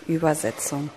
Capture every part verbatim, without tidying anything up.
Übersetzung.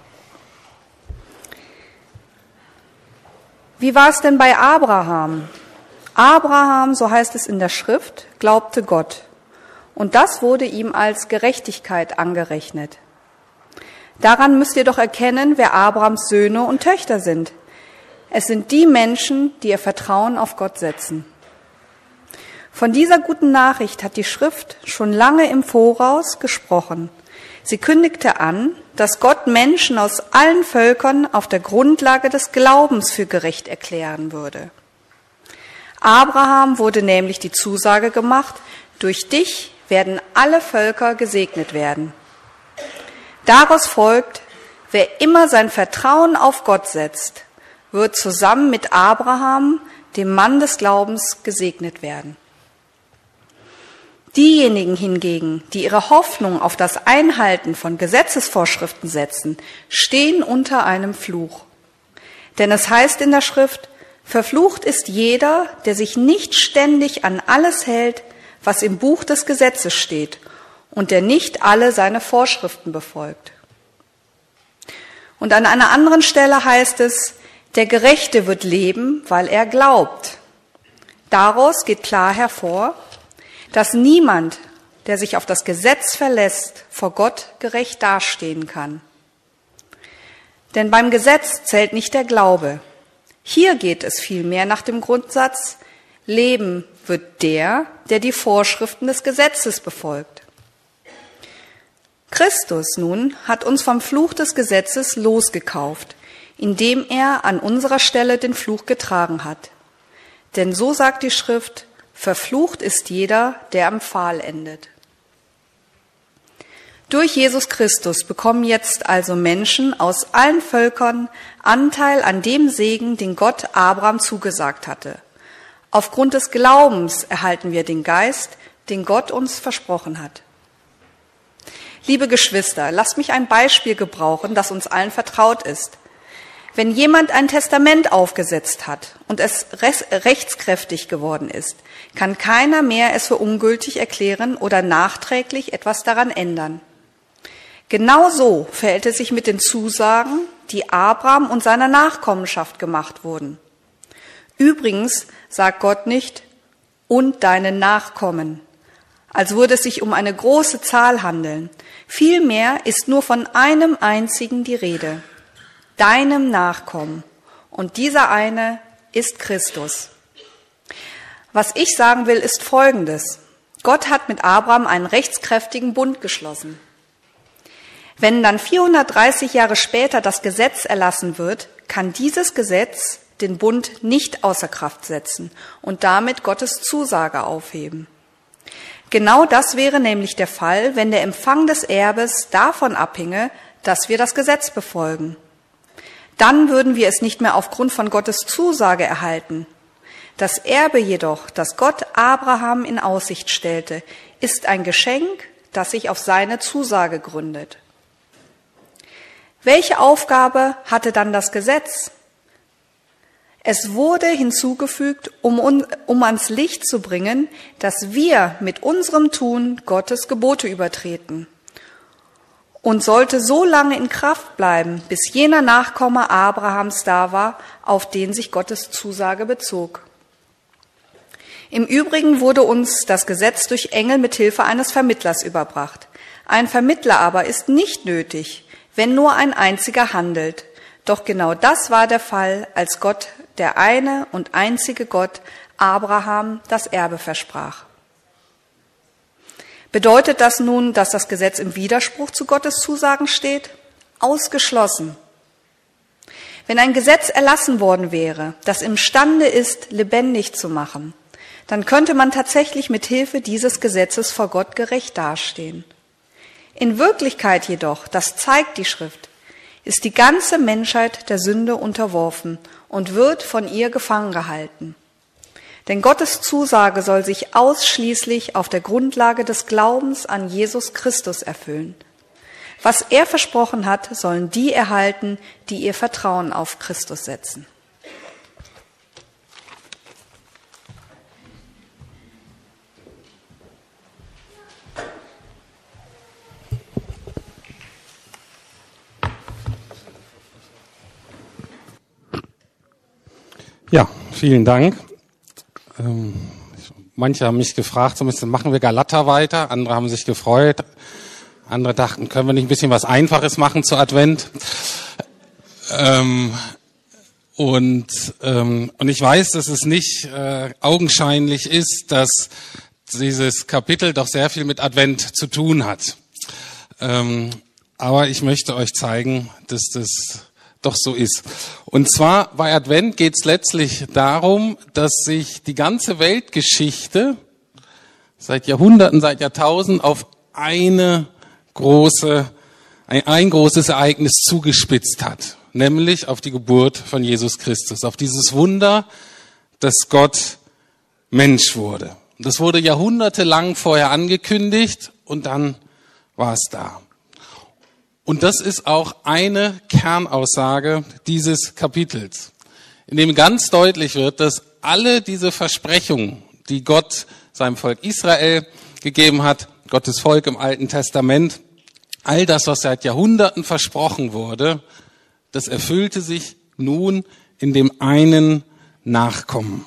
Wie war es denn bei Abraham? Abraham, so heißt es in der Schrift, glaubte Gott. Und das wurde ihm als Gerechtigkeit angerechnet. Daran müsst ihr doch erkennen, wer Abrahams Söhne und Töchter sind. Es sind die Menschen, die ihr Vertrauen auf Gott setzen. Von dieser guten Nachricht hat die Schrift schon lange im Voraus gesprochen. Sie kündigte an, dass Gott Menschen aus allen Völkern auf der Grundlage des Glaubens für gerecht erklären würde. Abraham wurde nämlich die Zusage gemacht, durch dich werden alle Völker gesegnet werden. Daraus folgt, wer immer sein Vertrauen auf Gott setzt, wird zusammen mit Abraham, dem Mann des Glaubens, gesegnet werden. Diejenigen hingegen, die ihre Hoffnung auf das Einhalten von Gesetzesvorschriften setzen, stehen unter einem Fluch. Denn es heißt in der Schrift, verflucht ist jeder, der sich nicht ständig an alles hält, was im Buch des Gesetzes steht, und der nicht alle seine Vorschriften befolgt. Und an einer anderen Stelle heißt es, der Gerechte wird leben, weil er glaubt. Daraus geht klar hervor, dass niemand, der sich auf das Gesetz verlässt, vor Gott gerecht dastehen kann. Denn beim Gesetz zählt nicht der Glaube. Hier geht es vielmehr nach dem Grundsatz, leben wird der, der die Vorschriften des Gesetzes befolgt. Christus nun hat uns vom Fluch des Gesetzes losgekauft, indem er an unserer Stelle den Fluch getragen hat. Denn so sagt die Schrift, verflucht ist jeder, der am Pfahl endet. Durch Jesus Christus bekommen jetzt also Menschen aus allen Völkern Anteil an dem Segen, den Gott Abraham zugesagt hatte. Aufgrund des Glaubens erhalten wir den Geist, den Gott uns versprochen hat. Liebe Geschwister, lasst mich ein Beispiel gebrauchen, das uns allen vertraut ist. Wenn jemand ein Testament aufgesetzt hat und es rechtskräftig geworden ist, kann keiner mehr es für ungültig erklären oder nachträglich etwas daran ändern. Genauso verhält es sich mit den Zusagen, die Abraham und seiner Nachkommenschaft gemacht wurden. Übrigens sagt Gott nicht, und deine Nachkommen, als würde es sich um eine große Zahl handeln. Vielmehr ist nur von einem einzigen die Rede, deinem Nachkommen. Und dieser eine ist Christus. Was ich sagen will, ist Folgendes. Gott hat mit Abraham einen rechtskräftigen Bund geschlossen. Wenn dann vierhundertdreißig Jahre später das Gesetz erlassen wird, kann dieses Gesetz den Bund nicht außer Kraft setzen und damit Gottes Zusage aufheben. Genau das wäre nämlich der Fall, wenn der Empfang des Erbes davon abhinge, dass wir das Gesetz befolgen. Dann würden wir es nicht mehr aufgrund von Gottes Zusage erhalten. Das Erbe jedoch, das Gott Abraham in Aussicht stellte, ist ein Geschenk, das sich auf seine Zusage gründet. Welche Aufgabe hatte dann das Gesetz? Es wurde hinzugefügt, um, um ans Licht zu bringen, dass wir mit unserem Tun Gottes Gebote übertreten und sollte so lange in Kraft bleiben, bis jener Nachkomme Abrahams da war, auf den sich Gottes Zusage bezog. Im Übrigen wurde uns das Gesetz durch Engel mit Hilfe eines Vermittlers überbracht. Ein Vermittler aber ist nicht nötig, wenn nur ein einziger handelt. Doch genau das war der Fall, als Gott, der eine und einzige Gott, Abraham das Erbe versprach. Bedeutet das nun, dass das Gesetz im Widerspruch zu Gottes Zusagen steht? Ausgeschlossen. Wenn ein Gesetz erlassen worden wäre, das imstande ist, lebendig zu machen, dann könnte man tatsächlich mit Hilfe dieses Gesetzes vor Gott gerecht dastehen. In Wirklichkeit jedoch, das zeigt die Schrift, ist die ganze Menschheit der Sünde unterworfen und wird von ihr gefangen gehalten. Denn Gottes Zusage soll sich ausschließlich auf der Grundlage des Glaubens an Jesus Christus erfüllen. Was er versprochen hat, sollen die erhalten, die ihr Vertrauen auf Christus setzen. Vielen Dank. Ähm, manche haben mich gefragt, so ein bisschen, machen wir Galater weiter? Andere haben sich gefreut. Andere dachten, können wir nicht ein bisschen was Einfaches machen zu Advent? Ähm, und, ähm, und ich weiß, dass es nicht äh, augenscheinlich ist, dass dieses Kapitel doch sehr viel mit Advent zu tun hat. Ähm, aber ich möchte euch zeigen, dass das doch so ist. Und zwar bei Advent geht es letztlich darum, dass sich die ganze Weltgeschichte seit Jahrhunderten, seit Jahrtausenden auf eine große, ein, ein großes Ereignis zugespitzt hat, nämlich auf die Geburt von Jesus Christus, auf dieses Wunder, dass Gott Mensch wurde. Das wurde jahrhundertelang vorher angekündigt und dann war es da. Und das ist auch eine Kernaussage dieses Kapitels, in dem ganz deutlich wird, dass alle diese Versprechungen, die Gott seinem Volk Israel gegeben hat, Gottes Volk im Alten Testament, all das, was seit Jahrhunderten versprochen wurde, das erfüllte sich nun in dem einen Nachkommen.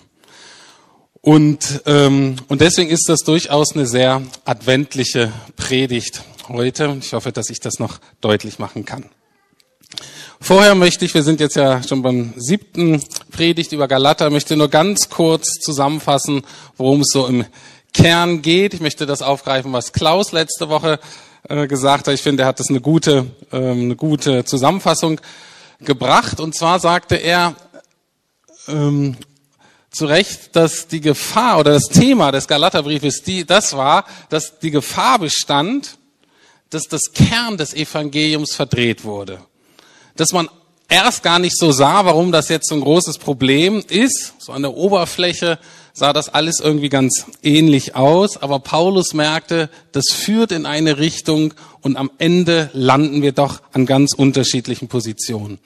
Und, ähm, und deswegen ist das durchaus eine sehr adventliche Predigt heute. Ich hoffe, dass ich das noch deutlich machen kann. Vorher möchte ich, wir sind jetzt ja schon beim siebten Predigt über Galater, möchte nur ganz kurz zusammenfassen, worum es so im Kern geht. Ich möchte das aufgreifen, was Klaus letzte Woche äh, gesagt hat. Ich finde, er hat das eine gute, äh, eine gute Zusammenfassung gebracht. Und zwar sagte er, ähm, zu Recht, dass die Gefahr oder das Thema des Galaterbriefes die, das war, dass die Gefahr bestand, dass das Kern des Evangeliums verdreht wurde. Dass man erst gar nicht so sah, warum das jetzt so ein großes Problem ist. So an der Oberfläche sah das alles irgendwie ganz ähnlich aus. Aber Paulus merkte, das führt in eine Richtung und am Ende landen wir doch an ganz unterschiedlichen Positionen.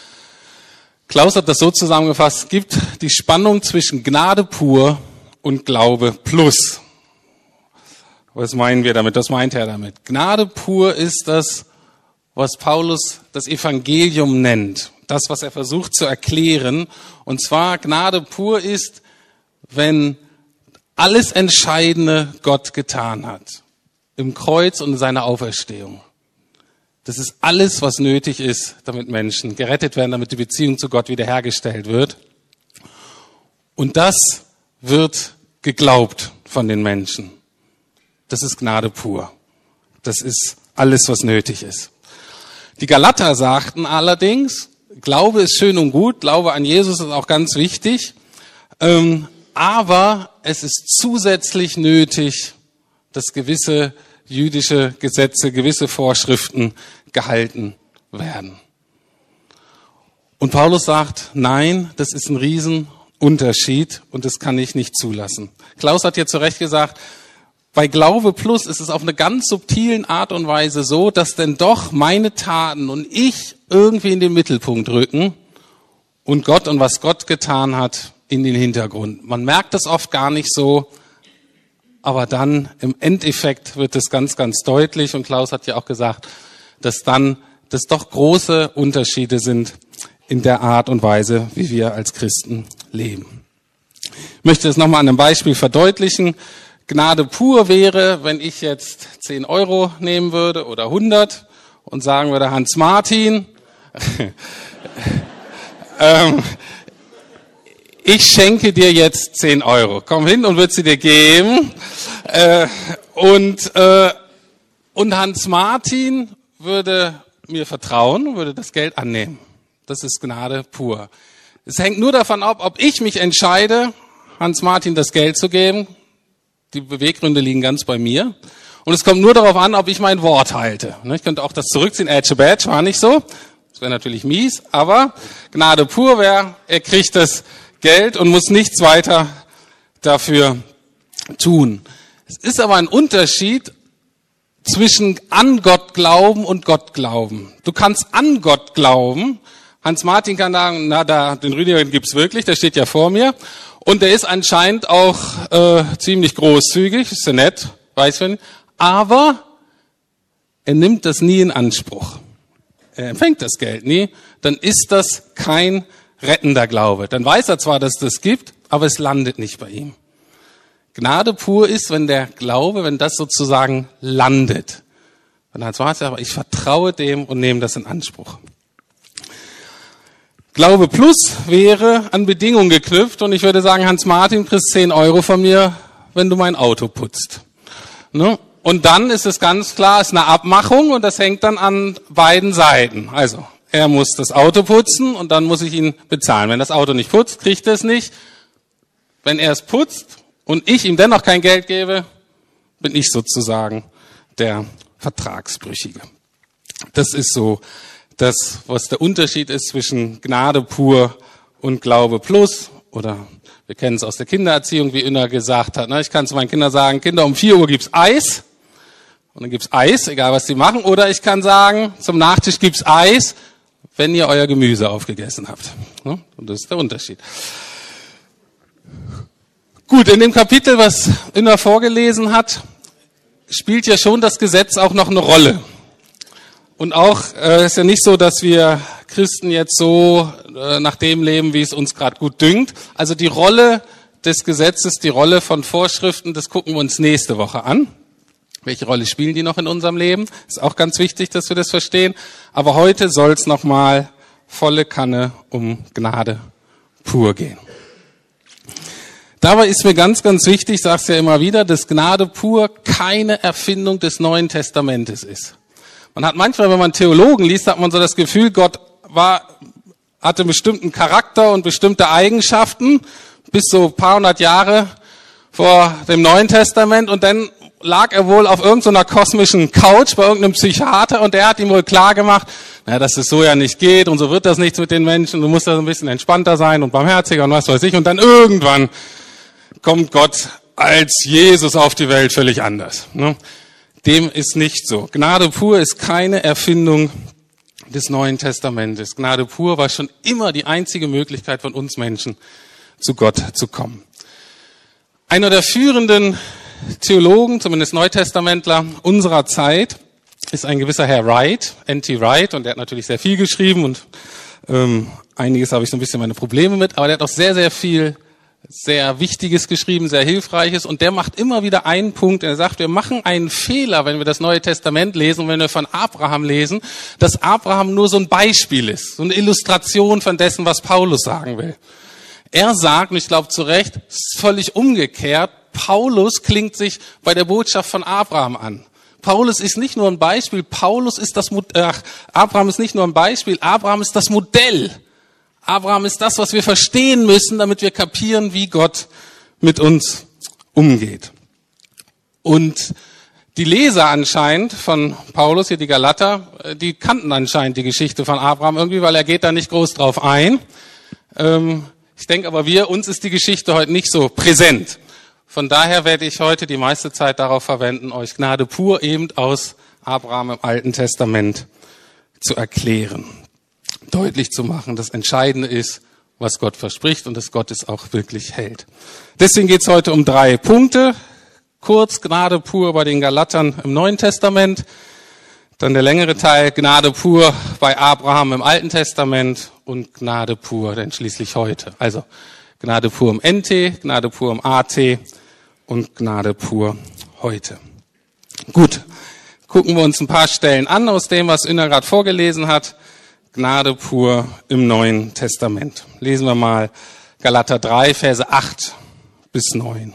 Klaus hat das so zusammengefasst, es gibt die Spannung zwischen Gnade pur und Glaube plus. Was meinen wir damit? Was meint er damit? Gnade pur ist das, was Paulus das Evangelium nennt. Das, was er versucht zu erklären. Und zwar Gnade pur ist, wenn alles Entscheidende Gott getan hat. Im Kreuz und in seiner Auferstehung. Das ist alles, was nötig ist, damit Menschen gerettet werden, damit die Beziehung zu Gott wiederhergestellt wird. Und das wird geglaubt von den Menschen. Das ist Gnade pur. Das ist alles, was nötig ist. Die Galater sagten allerdings, Glaube ist schön und gut, Glaube an Jesus ist auch ganz wichtig, ähm, aber es ist zusätzlich nötig, dass gewisse jüdische Gesetze, gewisse Vorschriften gehalten werden. Und Paulus sagt, nein, das ist ein Riesenunterschied und das kann ich nicht zulassen. Klaus hat hier zu Recht gesagt, bei Glaube plus ist es auf eine ganz subtilen Art und Weise so, dass denn doch meine Taten und ich irgendwie in den Mittelpunkt rücken und Gott und was Gott getan hat in den Hintergrund. Man merkt das oft gar nicht so, aber dann im Endeffekt wird es ganz, ganz deutlich. Und Klaus hat ja auch gesagt, dass dann das doch große Unterschiede sind in der Art und Weise, wie wir als Christen leben. Ich möchte es nochmal an einem Beispiel verdeutlichen. Gnade pur wäre, wenn ich jetzt zehn Euro nehmen würde oder hundert und sagen würde, Hans Martin, ähm, ich schenke dir jetzt zehn Euro. Komm hin und würde sie dir geben. Äh, und, äh, und Hans Martin würde mir vertrauen, würde das Geld annehmen. Das ist Gnade pur. Es hängt nur davon ab, ob ich mich entscheide, Hans Martin das Geld zu geben. Die Beweggründe liegen ganz bei mir. Und es kommt nur darauf an, ob ich mein Wort halte. Ich könnte auch das zurückziehen. Ätsche Badge war nicht so. Das wäre natürlich mies. Aber Gnade pur wäre, er kriegt das Geld und muss nichts weiter dafür tun. Es ist aber ein Unterschied zwischen an Gott glauben und Gott glauben. Du kannst an Gott glauben. Hans Martin kann sagen, na, da, den Rüdiger gibt's wirklich, der steht ja vor mir. Und der ist anscheinend auch äh, ziemlich großzügig, ist ja nett, weiß man. Aber er nimmt das nie in Anspruch. Er empfängt das Geld nie. Dann ist das kein rettender Glaube. Dann weiß er zwar, dass es das gibt, aber es landet nicht bei ihm. Gnade pur ist, wenn der Glaube, wenn das sozusagen landet. Und dann sagt er, aber ich vertraue dem und nehme das in Anspruch. Glaube plus wäre an Bedingungen geknüpft und ich würde sagen, Hans-Martin, kriegst zehn Euro von mir, wenn du mein Auto putzt. Ne? Und dann ist es ganz klar, es ist eine Abmachung und das hängt dann an beiden Seiten. Also, er muss das Auto putzen und dann muss ich ihn bezahlen. Wenn das Auto nicht putzt, kriegt er es nicht. Wenn er es putzt und ich ihm dennoch kein Geld gebe, bin ich sozusagen der Vertragsbrüchige. Das ist so das, was der Unterschied ist zwischen Gnade pur und Glaube plus. Oder wir kennen es aus der Kindererziehung, wie Inna gesagt hat. Ich kann zu meinen Kindern sagen, Kinder, um vier Uhr gibt's Eis. Und dann gibt's Eis, egal was sie machen. Oder ich kann sagen, zum Nachtisch gibt's Eis, wenn ihr euer Gemüse aufgegessen habt. Und das ist der Unterschied. Gut, in dem Kapitel, was Inna vorgelesen hat, spielt ja schon das Gesetz auch noch eine Rolle. Und auch äh, ist ja nicht so, dass wir Christen jetzt so äh, nach dem leben, wie es uns gerade gut dünkt. Also die Rolle des Gesetzes, die Rolle von Vorschriften, das gucken wir uns nächste Woche an. Welche Rolle spielen die noch in unserem Leben? Ist auch ganz wichtig, dass wir das verstehen. Aber heute soll es nochmal volle Kanne um Gnade pur gehen. Dabei ist mir ganz, ganz wichtig, ich sage es ja immer wieder, dass Gnade pur keine Erfindung des Neuen Testamentes ist. Man hat manchmal, wenn man Theologen liest, hat man so das Gefühl, Gott war, hatte einen bestimmten Charakter und bestimmte Eigenschaften bis so ein paar hundert Jahre vor dem Neuen Testament und dann lag er wohl auf irgendeiner kosmischen Couch bei irgendeinem Psychiater und der hat ihm wohl klar gemacht, naja, dass es so ja nicht geht und so wird das nichts mit den Menschen, du musst da so ein bisschen entspannter sein und barmherziger und was weiß ich und dann irgendwann kommt Gott als Jesus auf die Welt völlig anders. Ne? Dem ist nicht so. Gnade pur ist keine Erfindung des Neuen Testamentes. Gnade pur war schon immer die einzige Möglichkeit von uns Menschen, zu Gott zu kommen. Einer der führenden Theologen, zumindest Neutestamentler unserer Zeit, ist ein gewisser Herr Wright, N T Wright, und der hat natürlich sehr viel geschrieben und ähm, einiges habe ich so ein bisschen meine Probleme mit, aber der hat auch sehr, sehr viel sehr Wichtiges geschrieben, sehr Hilfreiches und der macht immer wieder einen Punkt, er sagt, wir machen einen Fehler, wenn wir das Neue Testament lesen und wenn wir von Abraham lesen, dass Abraham nur so ein Beispiel ist, so eine Illustration von dessen, was Paulus sagen will. Er sagt, und ich glaube zu Recht, ist völlig umgekehrt, Paulus klingt sich bei der Botschaft von Abraham an. Paulus ist nicht nur ein Beispiel, Paulus ist das, äh, Abraham ist nicht nur ein Beispiel, Abraham ist das Modell. Abraham ist das, was wir verstehen müssen, damit wir kapieren, wie Gott mit uns umgeht. Und die Leser anscheinend von Paulus, hier die Galater, die kannten anscheinend die Geschichte von Abraham irgendwie, weil er geht da nicht groß drauf ein. Ich denke aber, wir, uns ist die Geschichte heute nicht so präsent. Von daher werde ich heute die meiste Zeit darauf verwenden, euch Gnade pur eben aus Abraham im Alten Testament zu erklären. Deutlich zu machen, das Entscheidende ist, was Gott verspricht und dass Gott es auch wirklich hält. Deswegen geht es heute um drei Punkte. Kurz Gnade pur bei den Galatern im Neuen Testament, dann der längere Teil Gnade pur bei Abraham im Alten Testament und Gnade pur dann schließlich heute. Also Gnade pur im N T, Gnade pur im A T und Gnade pur heute. Gut, gucken wir uns ein paar Stellen an aus dem, was Inna gerade vorgelesen hat. Gnade pur im Neuen Testament. Lesen wir mal Galater drei, Verse acht bis neun.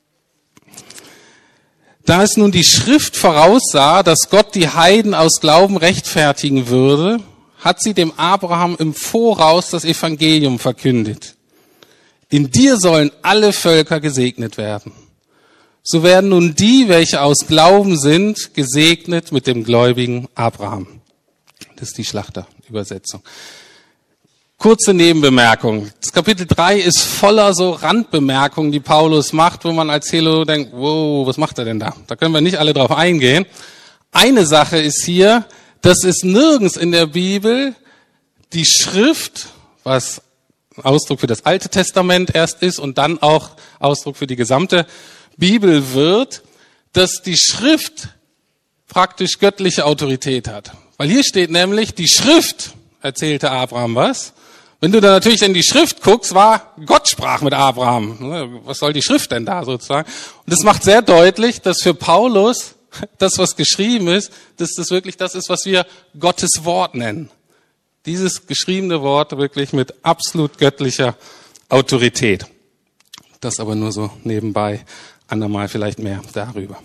Da es nun die Schrift voraussah, dass Gott die Heiden aus Glauben rechtfertigen würde, hat sie dem Abraham im Voraus das Evangelium verkündet. In dir sollen alle Völker gesegnet werden. So werden nun die, welche aus Glauben sind, gesegnet mit dem gläubigen Abraham. Das ist die Schlachterübersetzung. Kurze Nebenbemerkung. Das Kapitel drei ist voller so Randbemerkungen, die Paulus macht, wo man als Theologe denkt, wow, was macht er denn da? Da können wir nicht alle drauf eingehen. Eine Sache ist hier, dass es nirgends in der Bibel die Schrift, was Ausdruck für das Alte Testament erst ist und dann auch Ausdruck für die gesamte Bibel wird, dass die Schrift praktisch göttliche Autorität hat. Weil hier steht nämlich, die Schrift erzählte Abraham was. Wenn du dann natürlich in die Schrift guckst, war Gott sprach mit Abraham. Was soll die Schrift denn da sozusagen? Und das macht sehr deutlich, dass für Paulus das, was geschrieben ist, dass das wirklich das ist, was wir Gottes Wort nennen. Dieses geschriebene Wort wirklich mit absolut göttlicher Autorität. Das aber nur so nebenbei, andermal vielleicht mehr darüber.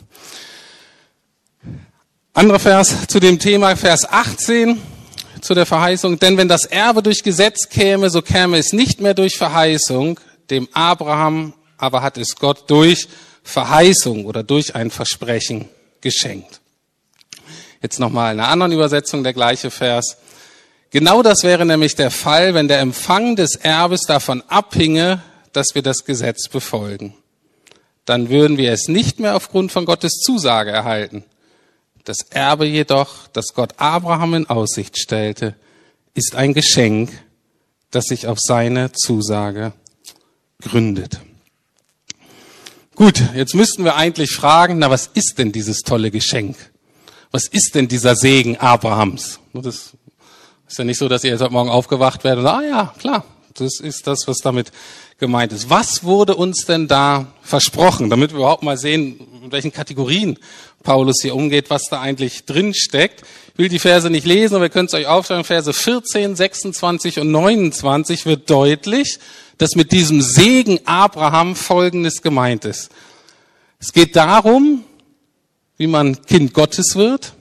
Anderer Vers zu dem Thema, Vers achtzehn. Zu der Verheißung, denn wenn das Erbe durch Gesetz käme, so käme es nicht mehr durch Verheißung, dem Abraham aber hat es Gott durch Verheißung oder durch ein Versprechen geschenkt. Jetzt nochmal in einer anderen Übersetzung der gleiche Vers. Genau das wäre nämlich der Fall, wenn der Empfang des Erbes davon abhinge, dass wir das Gesetz befolgen. Dann würden wir es nicht mehr aufgrund von Gottes Zusage erhalten. Das Erbe jedoch, das Gott Abraham in Aussicht stellte, ist ein Geschenk, das sich auf seine Zusage gründet. Gut, jetzt müssten wir eigentlich fragen, na, was ist denn dieses tolle Geschenk? Was ist denn dieser Segen Abrahams? Das ist ja nicht so, dass ihr jetzt heute Morgen aufgewacht werdet und sagt, ah ja, klar, das ist das, was damit gemeint ist. Was wurde uns denn da versprochen, damit wir überhaupt mal sehen, in welchen Kategorien Paulus hier umgeht, was da eigentlich drin steckt. Ich will die Verse nicht lesen, aber ihr könnt es euch aufschreiben. Verse vierzehn, sechsundzwanzig und neunundzwanzig wird deutlich, dass mit diesem Segen Abraham Folgendes gemeint ist. Es geht darum, wie man Kind Gottes wird.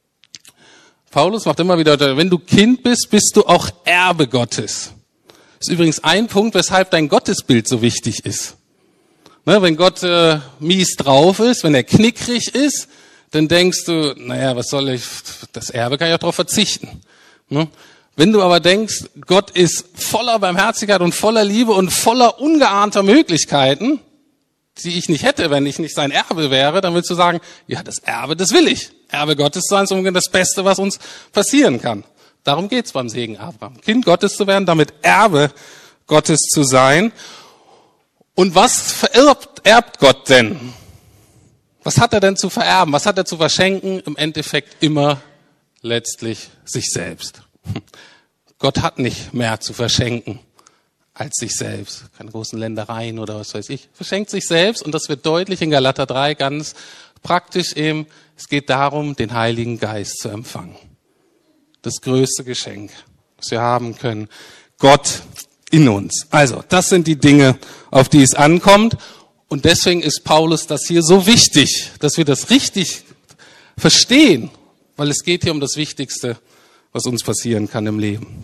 Paulus macht immer wieder deutlich, wenn du Kind bist, bist du auch Erbe Gottes. Das ist übrigens ein Punkt, weshalb dein Gottesbild so wichtig ist. Ne, wenn Gott äh, mies drauf ist, wenn er knickrig ist, dann denkst du, naja, was soll ich, das Erbe kann ich auch darauf verzichten. Ne? Wenn du aber denkst, Gott ist voller Barmherzigkeit und voller Liebe und voller ungeahnter Möglichkeiten, die ich nicht hätte, wenn ich nicht sein Erbe wäre, dann willst du sagen, ja, das Erbe, das will ich. Erbe Gottes zu sein ist umgehend das Beste, was uns passieren kann. Darum geht's beim Segen Abraham. Kind Gottes zu werden, damit Erbe Gottes zu sein. Und was vererbt erbt Gott denn? Was hat er denn zu vererben? Was hat er zu verschenken? Im Endeffekt immer letztlich sich selbst. Gott hat nicht mehr zu verschenken als sich selbst. Keine großen Ländereien oder was weiß ich. Verschenkt sich selbst und das wird deutlich in Galater drei ganz praktisch eben. Es geht darum, den Heiligen Geist zu empfangen. Das größte Geschenk, das wir haben können. Gott in uns. Also, das sind die Dinge, auf die es ankommt. Und deswegen ist Paulus das hier so wichtig, dass wir das richtig verstehen, weil es geht hier um das Wichtigste, was uns passieren kann im Leben.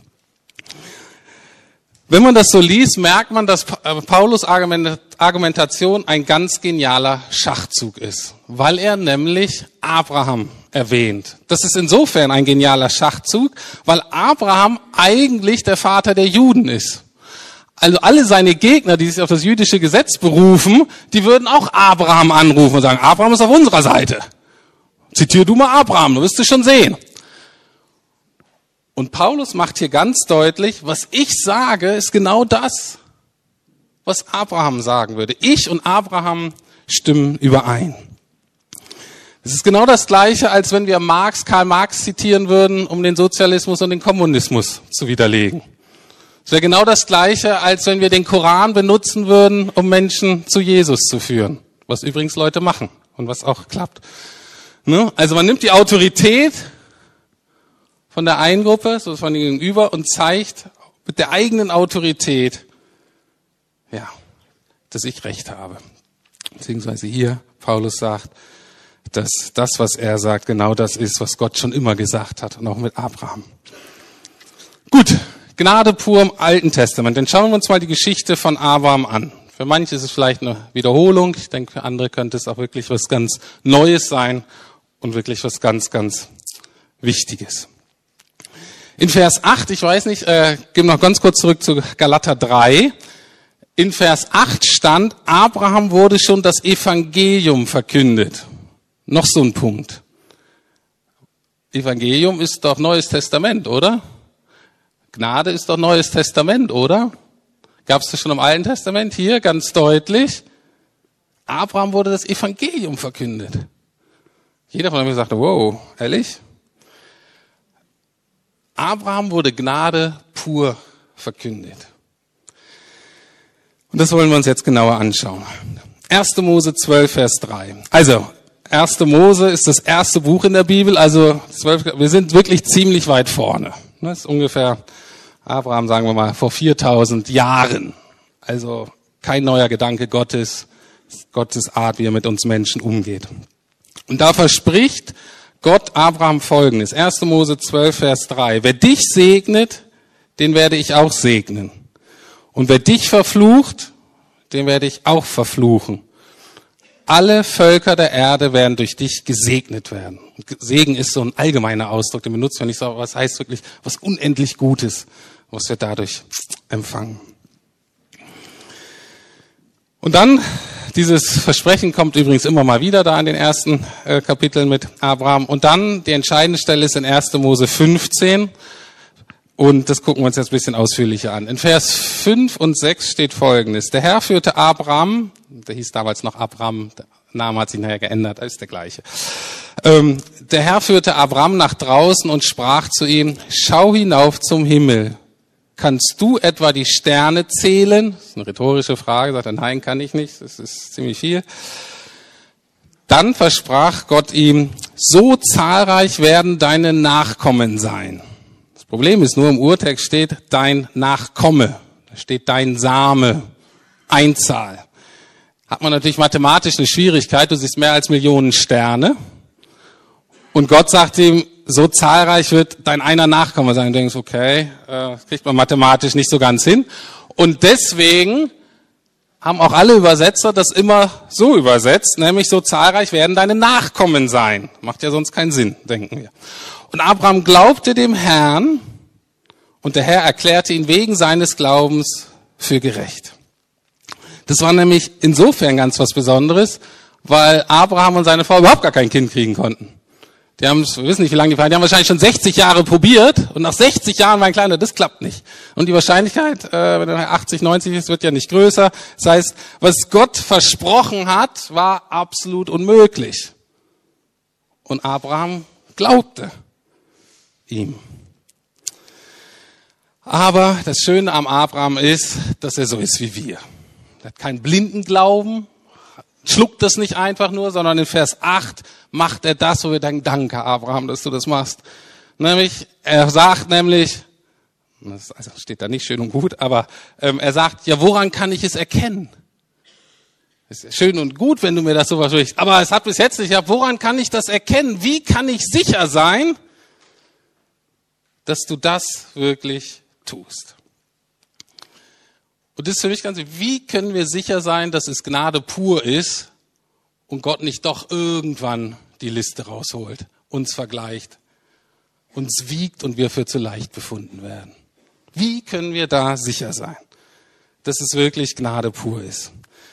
Wenn man das so liest, merkt man, dass Paulus' Argumentation ein ganz genialer Schachzug ist, weil er nämlich Abraham erwähnt. Das ist insofern ein genialer Schachzug, weil Abraham eigentlich der Vater der Juden ist. Also alle seine Gegner, die sich auf das jüdische Gesetz berufen, die würden auch Abraham anrufen und sagen, Abraham ist auf unserer Seite. Zitier du mal Abraham, du wirst es schon sehen. Und Paulus macht hier ganz deutlich, was ich sage, ist genau das, was Abraham sagen würde. Ich und Abraham stimmen überein. Es ist genau das Gleiche, als wenn wir Marx, Karl Marx zitieren würden, um den Sozialismus und den Kommunismus zu widerlegen. Es wäre genau das Gleiche, als wenn wir den Koran benutzen würden, um Menschen zu Jesus zu führen. Was übrigens Leute machen und was auch klappt. Ne? Also man nimmt die Autorität von der einen Gruppe, so von dem Gegenüber, und zeigt mit der eigenen Autorität, ja, dass ich Recht habe. Beziehungsweise hier, Paulus sagt, dass das, was er sagt, genau das ist, was Gott schon immer gesagt hat, und auch mit Abraham. Gut, Gnade pur im Alten Testament. Dann schauen wir uns mal die Geschichte von Abraham an. Für manche ist es vielleicht eine Wiederholung. Ich denke, für andere könnte es auch wirklich was ganz Neues sein und wirklich was ganz, ganz Wichtiges. In Vers acht, ich weiß nicht, äh, gehen wir noch ganz kurz zurück zu Galater drei. In Vers acht stand, Abraham wurde schon das Evangelium verkündet. Noch so ein Punkt. Evangelium ist doch Neues Testament, oder? Gnade ist doch Neues Testament, oder? Gab es das schon im Alten Testament? Hier ganz deutlich. Abraham wurde das Evangelium verkündet. Jeder von euch sagte, wow, ehrlich? Abraham wurde Gnade pur verkündet. Und das wollen wir uns jetzt genauer anschauen. erster Mose zwölf, Vers drei. Also, erster Mose ist das erste Buch in der Bibel, also zwölf, wir sind wirklich ziemlich weit vorne. Das ist ungefähr Abraham, sagen wir mal, vor viertausend Jahren. Also kein neuer Gedanke Gottes, Gottes Art, wie er mit uns Menschen umgeht. Und da verspricht Gott Abraham Folgendes. erster Mose zwölf, Vers drei. Wer dich segnet, den werde ich auch segnen. Und wer dich verflucht, den werde ich auch verfluchen. Alle Völker der Erde werden durch dich gesegnet werden. Segen ist so ein allgemeiner Ausdruck, den benutzt man nicht so, aber was heißt wirklich was unendlich Gutes, was wir dadurch empfangen. Und dann, dieses Versprechen kommt übrigens immer mal wieder da in den ersten äh, Kapiteln mit Abraham. Und dann, die entscheidende Stelle ist in erster Mose fünfzehn. Und das gucken wir uns jetzt ein bisschen ausführlicher an. In Vers fünf und sechs steht Folgendes. Der Herr führte Abraham, der hieß damals noch Abraham, der Name hat sich nachher geändert, ist der gleiche. Ähm, der Herr führte Abraham nach draußen und sprach zu ihm, schau hinauf zum Himmel. Kannst du etwa die Sterne zählen? Das ist eine rhetorische Frage, sagt er, nein, kann ich nicht, das ist ziemlich viel. Dann versprach Gott ihm, so zahlreich werden deine Nachkommen sein. Das Problem ist nur, im Urtext steht dein Nachkomme, da steht dein Same, Einzahl. Hat man natürlich mathematisch eine Schwierigkeit, du siehst mehr als Millionen Sterne. Und Gott sagt ihm, so zahlreich wird dein einer Nachkomme sein. Du denkst, okay, das kriegt man mathematisch nicht so ganz hin. Und deswegen haben auch alle Übersetzer das immer so übersetzt, nämlich so zahlreich werden deine Nachkommen sein. Macht ja sonst keinen Sinn, denken wir. Und Abraham glaubte dem Herrn und der Herr erklärte ihn wegen seines Glaubens für gerecht. Das war nämlich insofern ganz was Besonderes, weil Abraham und seine Frau überhaupt gar kein Kind kriegen konnten. Die haben, wir wissen nicht, wie lange die waren, die haben wahrscheinlich schon sechzig Jahre probiert und nach sechzig Jahren war ein kleiner, das klappt nicht. Und die Wahrscheinlichkeit, äh, wenn er achtzig, neunzig ist, wird ja nicht größer. Das heißt, was Gott versprochen hat, war absolut unmöglich. Und Abraham glaubte ihm. Aber das Schöne am Abraham ist, dass er so ist wie wir. Er hat keinen blinden Glauben, schluckt das nicht einfach nur, sondern in Vers acht macht er das, wo wir denken, danke Abraham, dass du das machst. Nämlich, er sagt nämlich, das also steht da nicht schön und gut, aber ähm, er sagt, ja, woran kann ich es erkennen? Es ist schön und gut, wenn du mir das so versprichst, aber es hat bis jetzt nicht gehabt, woran kann ich das erkennen? Wie kann ich sicher sein, dass du das wirklich tust? Und das ist für mich ganz wichtig, wie können wir sicher sein, dass es Gnade pur ist und Gott nicht doch irgendwann die Liste rausholt, uns vergleicht, uns wiegt und wir für zu leicht befunden werden? Wie können wir da sicher sein, dass es wirklich Gnade pur ist?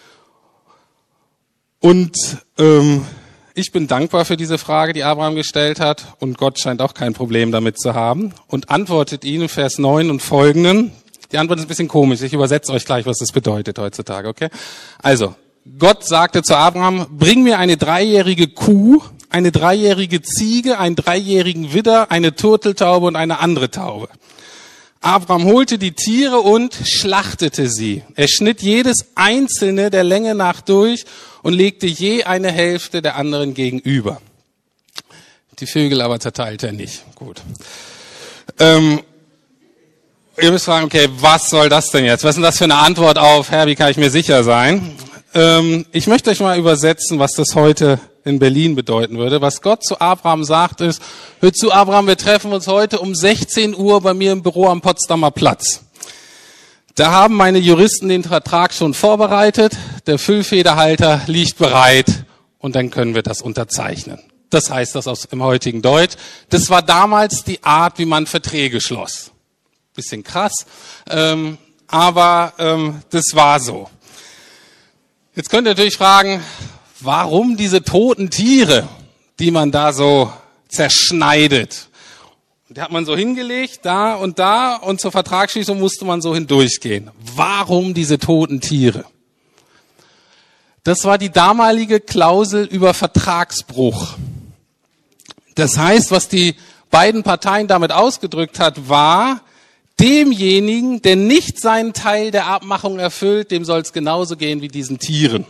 Und ähm, ich bin dankbar für diese Frage, die Abraham gestellt hat, und Gott scheint auch kein Problem damit zu haben und antwortet ihnen in Vers neun und folgenden. Die Antwort ist ein bisschen komisch. Ich übersetze euch gleich, was das bedeutet heutzutage, okay? Also, Gott sagte zu Abraham, bring mir eine dreijährige Kuh, eine dreijährige Ziege, einen dreijährigen Widder, eine Turteltaube und eine andere Taube. Abraham holte die Tiere und schlachtete sie. Er schnitt jedes einzelne der Länge nach durch und legte je eine Hälfte der anderen gegenüber. Die Vögel aber zerteilte er nicht. Gut. Ähm, Ihr müsst fragen, okay, was soll das denn jetzt? Was ist denn das für eine Antwort auf, Herr, wie kann ich mir sicher sein? Ähm, ich möchte euch mal übersetzen, was das heute in Berlin bedeuten würde. Was Gott zu Abraham sagt ist, hör zu Abraham, wir treffen uns heute um sechzehn Uhr bei mir im Büro am Potsdamer Platz. Da haben meine Juristen den Vertrag schon vorbereitet, der Füllfederhalter liegt bereit und dann können wir das unterzeichnen. Das heißt das aus im heutigen Deutsch. Das war damals die Art, wie man Verträge schloss. Bisschen krass, ähm, aber ähm, das war so. Jetzt könnt ihr natürlich fragen, warum diese toten Tiere, die man da so zerschneidet? Die hat man so hingelegt, da und da, und zur Vertragsschließung musste man so hindurchgehen. Warum diese toten Tiere? Das war die damalige Klausel über Vertragsbruch. Das heißt, was die beiden Parteien damit ausgedrückt hat, war, demjenigen, der nicht seinen Teil der Abmachung erfüllt, dem soll es genauso gehen wie diesen Tieren.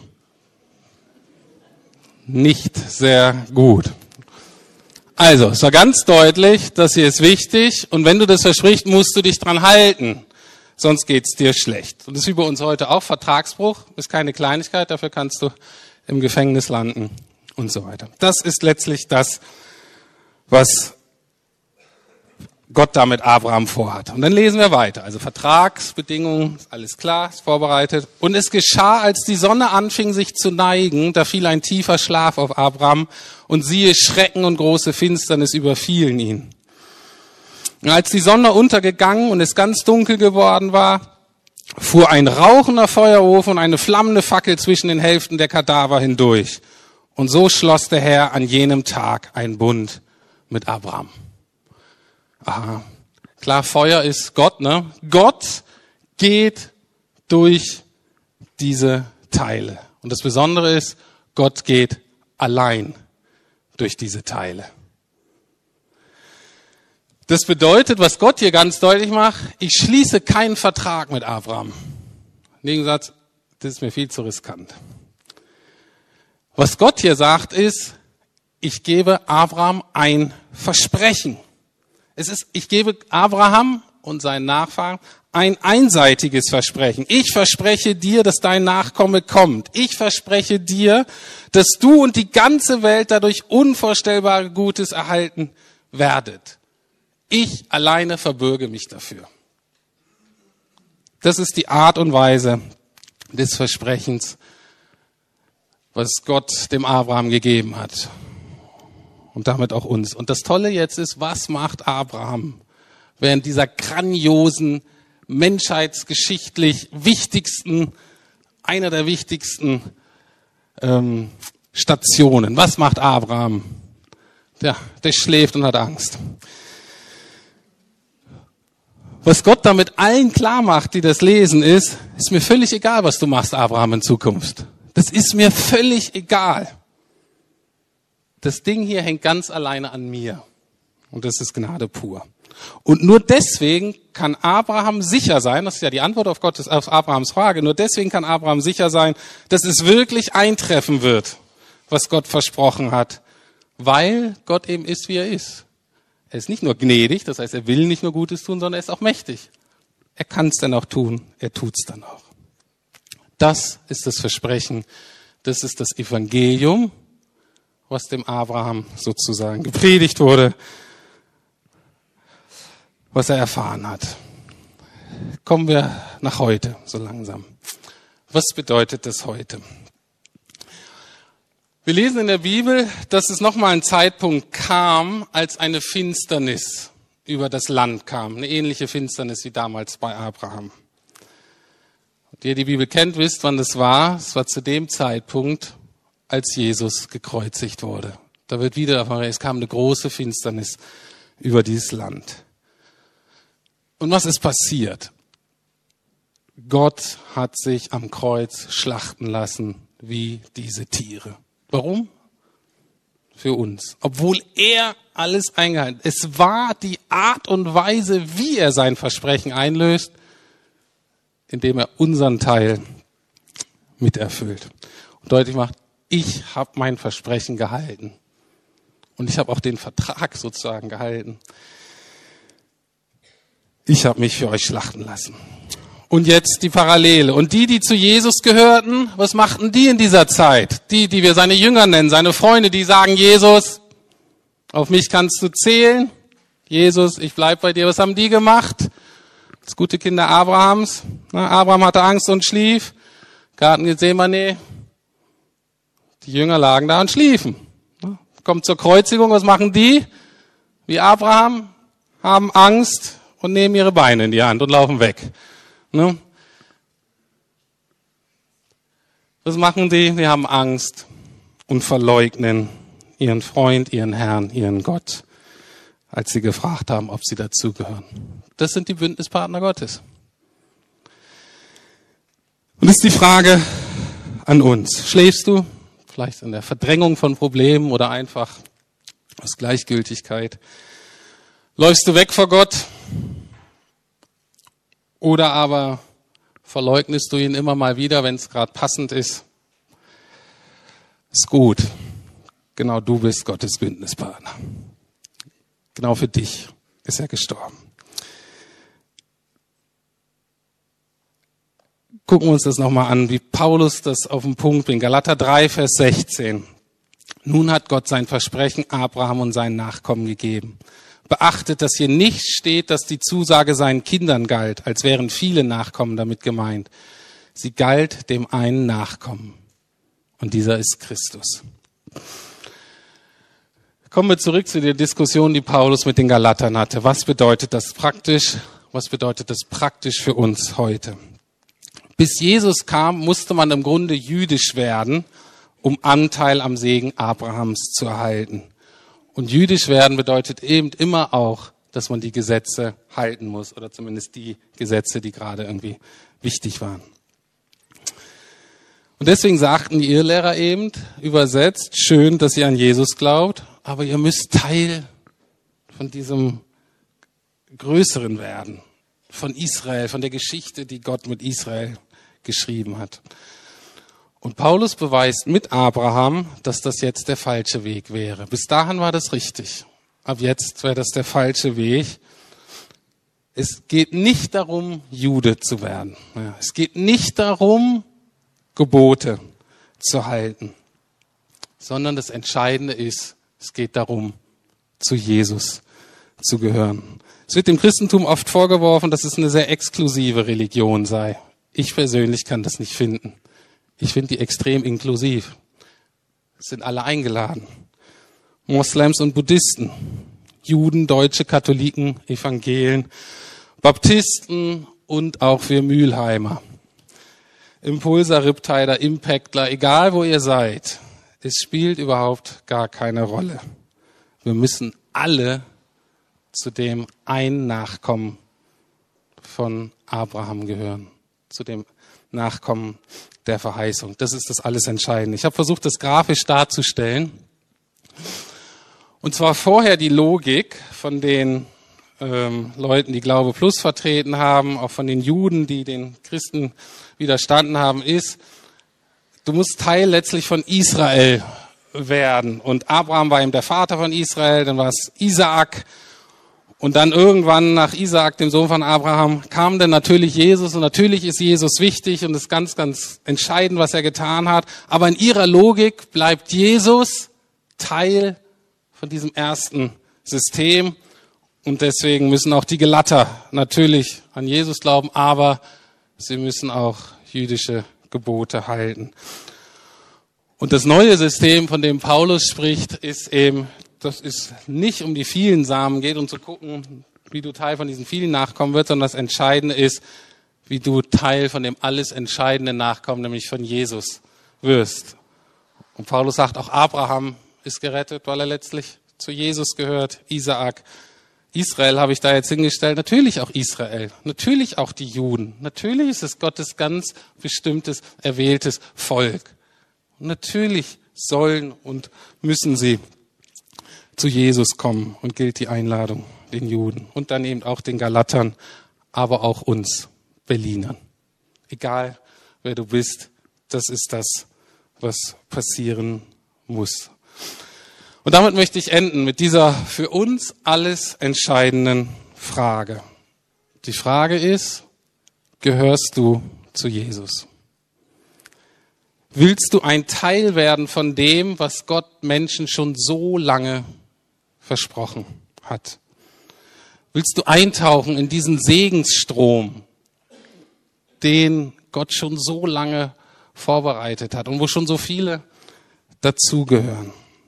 Nicht sehr gut. Also, es war ganz deutlich, das hier ist wichtig und wenn du das versprichst, musst du dich dran halten, sonst geht's dir schlecht. Und das ist wie bei uns heute auch, Vertragsbruch ist keine Kleinigkeit, dafür kannst du im Gefängnis landen und so weiter. Das ist letztlich das, was Gott damit Abraham vorhat. Und dann lesen wir weiter. Also Vertragsbedingungen, alles klar, ist vorbereitet. Und es geschah, als die Sonne anfing sich zu neigen, da fiel ein tiefer Schlaf auf Abraham und siehe, Schrecken und große Finsternis überfielen ihn. Und als die Sonne untergegangen und es ganz dunkel geworden war, fuhr ein rauchender Feuerofen und eine flammende Fackel zwischen den Hälften der Kadaver hindurch. Und so schloss der Herr an jenem Tag einen Bund mit Abraham. Aha. Klar, Feuer ist Gott, ne? Gott geht durch diese Teile. Und das Besondere ist, Gott geht allein durch diese Teile. Das bedeutet, was Gott hier ganz deutlich macht, ich schließe keinen Vertrag mit Abraham. Im Gegensatz, das ist mir viel zu riskant. Was Gott hier sagt ist, ich gebe Abraham ein Versprechen. Es ist, ich gebe Abraham und seinen Nachfahren ein einseitiges Versprechen. Ich verspreche dir, dass dein Nachkomme kommt. Ich verspreche dir, dass du und die ganze Welt dadurch unvorstellbare Gutes erhalten werdet. Ich alleine verbürge mich dafür. Das ist die Art und Weise des Versprechens, was Gott dem Abraham gegeben hat. Und damit auch uns. Und das Tolle jetzt ist, was macht Abraham während dieser grandiosen, menschheitsgeschichtlich wichtigsten, einer der wichtigsten ähm, Stationen. Was macht Abraham? Der, der schläft und hat Angst. Was Gott damit allen klar macht, die das lesen, ist, ist mir völlig egal, was du machst, Abraham, in Zukunft. Das ist mir völlig egal. Das Ding hier hängt ganz alleine an mir. Und das ist Gnade pur. Und nur deswegen kann Abraham sicher sein, das ist ja die Antwort auf Gottes, auf Abrahams Frage, nur deswegen kann Abraham sicher sein, dass es wirklich eintreffen wird, was Gott versprochen hat. Weil Gott eben ist, wie er ist. Er ist nicht nur gnädig, das heißt, er will nicht nur Gutes tun, sondern er ist auch mächtig. Er kann es dann auch tun, er tut es dann auch. Das ist das Versprechen, das ist das Evangelium, was dem Abraham sozusagen gepredigt wurde, was er erfahren hat. Kommen wir nach heute, so langsam. Was bedeutet das heute? Wir lesen in der Bibel, dass es nochmal ein Zeitpunkt kam, als eine Finsternis über das Land kam. Eine ähnliche Finsternis wie damals bei Abraham. Und ihr die Bibel kennt, wisst, wann das war. Es war zu dem Zeitpunkt, als Jesus gekreuzigt wurde. Da wird wieder davon reden, es kam eine große Finsternis über dieses Land. Und was ist passiert? Gott hat sich am Kreuz schlachten lassen wie diese Tiere. Warum? Für uns. Obwohl er alles eingehalten hat. Es war die Art und Weise, wie er sein Versprechen einlöst, indem er unseren Teil miterfüllt. Und deutlich macht, ich habe mein Versprechen gehalten. Und ich habe auch den Vertrag sozusagen gehalten. Ich habe mich für euch schlachten lassen. Und jetzt die Parallele. Und die, die zu Jesus gehörten, was machten die in dieser Zeit? Die, die wir seine Jünger nennen, seine Freunde, die sagen, Jesus, auf mich kannst du zählen. Jesus, ich bleib bei dir. Was haben die gemacht? Das gute Kinder Abrahams. Na, Abraham hatte Angst und schlief. Garten Gethsemane. Die Jünger lagen da und schliefen. Kommt zur Kreuzigung, was machen die? Wie Abraham, haben Angst und nehmen ihre Beine in die Hand und laufen weg. Ne? Was machen die? Die haben Angst und verleugnen ihren Freund, ihren Herrn, ihren Gott, als sie gefragt haben, ob sie dazugehören. Das sind die Bündnispartner Gottes. Und das ist die Frage an uns. Schläfst du? Vielleicht in der Verdrängung von Problemen oder einfach aus Gleichgültigkeit. Läufst du weg vor Gott? Oder aber verleugnest du ihn immer mal wieder, wenn es gerade passend ist? Ist gut. Genau du bist Gottes Bündnispartner. Genau für dich ist er gestorben. Gucken wir uns das nochmal an, wie Paulus das auf den Punkt bringt. Galater drei, Vers sechzehn. Nun hat Gott sein Versprechen Abraham und seinen Nachkommen gegeben. Beachtet, dass hier nicht steht, dass die Zusage seinen Kindern galt, als wären viele Nachkommen damit gemeint. Sie galt dem einen Nachkommen. Und dieser ist Christus. Kommen wir zurück zu der Diskussion, die Paulus mit den Galatern hatte. Was bedeutet das praktisch? Was bedeutet das praktisch für uns heute? Bis Jesus kam, musste man im Grunde jüdisch werden, um Anteil am Segen Abrahams zu erhalten. Und jüdisch werden bedeutet eben immer auch, dass man die Gesetze halten muss, oder zumindest die Gesetze, die gerade irgendwie wichtig waren. Und deswegen sagten die Irrlehrer eben, übersetzt, schön, dass ihr an Jesus glaubt, aber ihr müsst Teil von diesem Größeren werden, von Israel, von der Geschichte, die Gott mit Israel geschrieben hat. Und Paulus beweist mit Abraham, dass das jetzt der falsche Weg wäre. Bis dahin war das richtig. Ab jetzt wäre das der falsche Weg. Es geht nicht darum, Jude zu werden. Es geht nicht darum, Gebote zu halten. Sondern das Entscheidende ist, es geht darum, zu Jesus zu gehören. Es wird dem Christentum oft vorgeworfen, dass es eine sehr exklusive Religion sei. Ich persönlich kann das nicht finden. Ich finde die extrem inklusiv. Es sind alle eingeladen. Moslems und Buddhisten, Juden, Deutsche, Katholiken, Evangelen, Baptisten und auch wir Mülheimer. Impulser, Riptider, Impactler, egal wo ihr seid, es spielt überhaupt gar keine Rolle. Wir müssen alle zu dem einen Nachkommen von Abraham gehören, zu dem Nachkommen der Verheißung. Das ist das alles Entscheidende. Ich habe versucht, das grafisch darzustellen. Und zwar vorher die Logik von den ähm, Leuten, die Glaube Plus vertreten haben, auch von den Juden, die den Christen widerstanden haben, ist, du musst Teil letztlich von Israel werden. Und Abraham war eben der Vater von Israel, dann war es Isaak. Und dann irgendwann nach Isaak, dem Sohn von Abraham, kam dann natürlich Jesus. Und natürlich ist Jesus wichtig und ist ganz, ganz entscheidend, was er getan hat. Aber in ihrer Logik bleibt Jesus Teil von diesem ersten System. Und deswegen müssen auch die Galater natürlich an Jesus glauben, aber sie müssen auch jüdische Gebote halten. Und das neue System, von dem Paulus spricht, ist eben, dass es nicht um die vielen Samen geht und zu gucken, wie du Teil von diesen vielen Nachkommen wirst, sondern das Entscheidende ist, wie du Teil von dem alles entscheidenden Nachkommen, nämlich von Jesus, wirst. Und Paulus sagt, auch Abraham ist gerettet, weil er letztlich zu Jesus gehört, Isaak. Israel habe ich da jetzt hingestellt, natürlich auch Israel, natürlich auch die Juden, natürlich ist es Gottes ganz bestimmtes, erwähltes Volk. Und natürlich sollen und müssen sie zu Jesus kommen und gilt die Einladung den Juden und dann eben auch den Galatern, aber auch uns Berlinern. Egal, wer du bist, das ist das, was passieren muss. Und damit möchte ich enden mit dieser für uns alles entscheidenden Frage. Die Frage ist, gehörst du zu Jesus? Willst du ein Teil werden von dem, was Gott Menschen schon so lange versprochen hat? Willst du eintauchen in diesen Segensstrom, den Gott schon so lange vorbereitet hat und wo schon so viele dazugehören?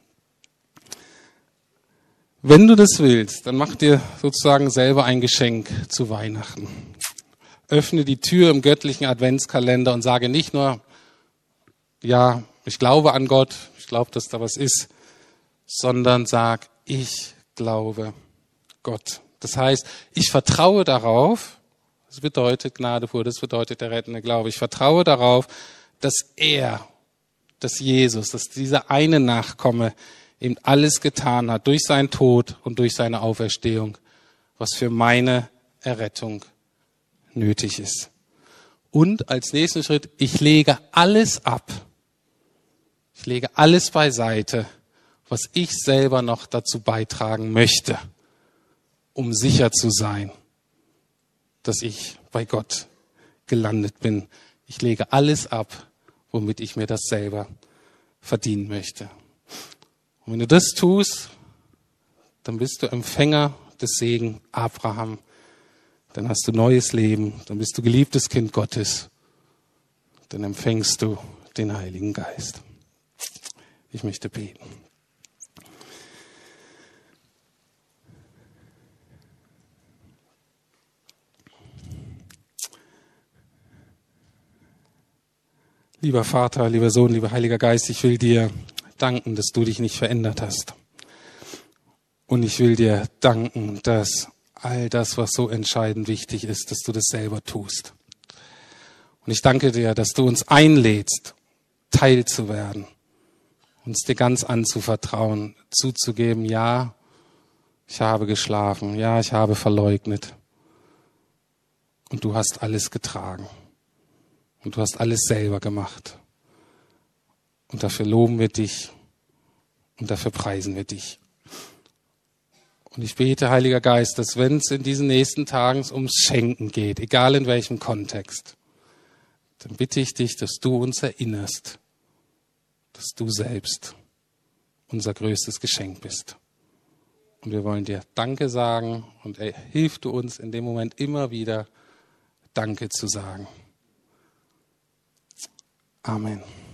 Wenn du das willst, dann mach dir sozusagen selber ein Geschenk zu Weihnachten. Öffne die Tür im göttlichen Adventskalender und sage nicht nur, ja, ich glaube an Gott, ich glaube, dass da was ist, sondern sag, ich glaube Gott. Das heißt, ich vertraue darauf, das bedeutet Gnade pur, das bedeutet der rettende Glaube. Ich vertraue darauf, dass er, dass Jesus, dass dieser eine Nachkomme eben alles getan hat durch seinen Tod und durch seine Auferstehung, was für meine Errettung nötig ist. Und als nächsten Schritt, ich lege alles ab. Ich lege alles beiseite, was ich selber noch dazu beitragen möchte, um sicher zu sein, dass ich bei Gott gelandet bin. Ich lege alles ab, womit ich mir das selber verdienen möchte. Und wenn du das tust, dann bist du Empfänger des Segen Abraham. Dann hast du neues Leben, dann bist du geliebtes Kind Gottes. Dann empfängst du den Heiligen Geist. Ich möchte beten. Lieber Vater, lieber Sohn, lieber Heiliger Geist, ich will dir danken, dass du dich nicht verändert hast. Und ich will dir danken, dass all das, was so entscheidend wichtig ist, dass du das selber tust. Und ich danke dir, dass du uns einlädst, Teil zu werden, uns dir ganz anzuvertrauen, zuzugeben, ja, ich habe geschlafen, ja, ich habe verleugnet. Und du hast alles getragen. Und du hast alles selber gemacht. Und dafür loben wir dich und dafür preisen wir dich. Und ich bete, Heiliger Geist, dass wenn es in diesen nächsten Tagen ums Schenken geht, egal in welchem Kontext, dann bitte ich dich, dass du uns erinnerst, dass du selbst unser größtes Geschenk bist. Und wir wollen dir Danke sagen und hilf du uns in dem Moment immer wieder Danke zu sagen. Amen.